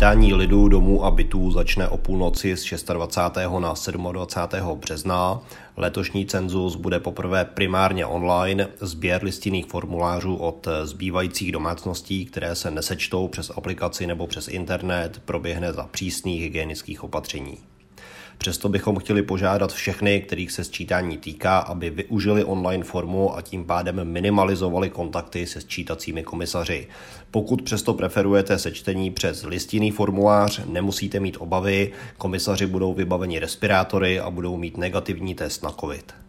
Sčítání lidu, domů a bytů začne o půlnoci z 26. na 27. března. Letošní cenzus bude poprvé primárně online. Sběr listinných formulářů od zbývajících domácností, které se nesečtou přes aplikaci nebo přes internet, proběhne za přísných hygienických opatření. Přesto bychom chtěli požádat všechny, kterých se sčítání týká, aby využili online formu a tím pádem minimalizovali kontakty se sčítacími komisaři. Pokud přesto preferujete sečtení přes listinný formulář, nemusíte mít obavy, komisaři budou vybaveni respirátory a budou mít negativní test na COVID.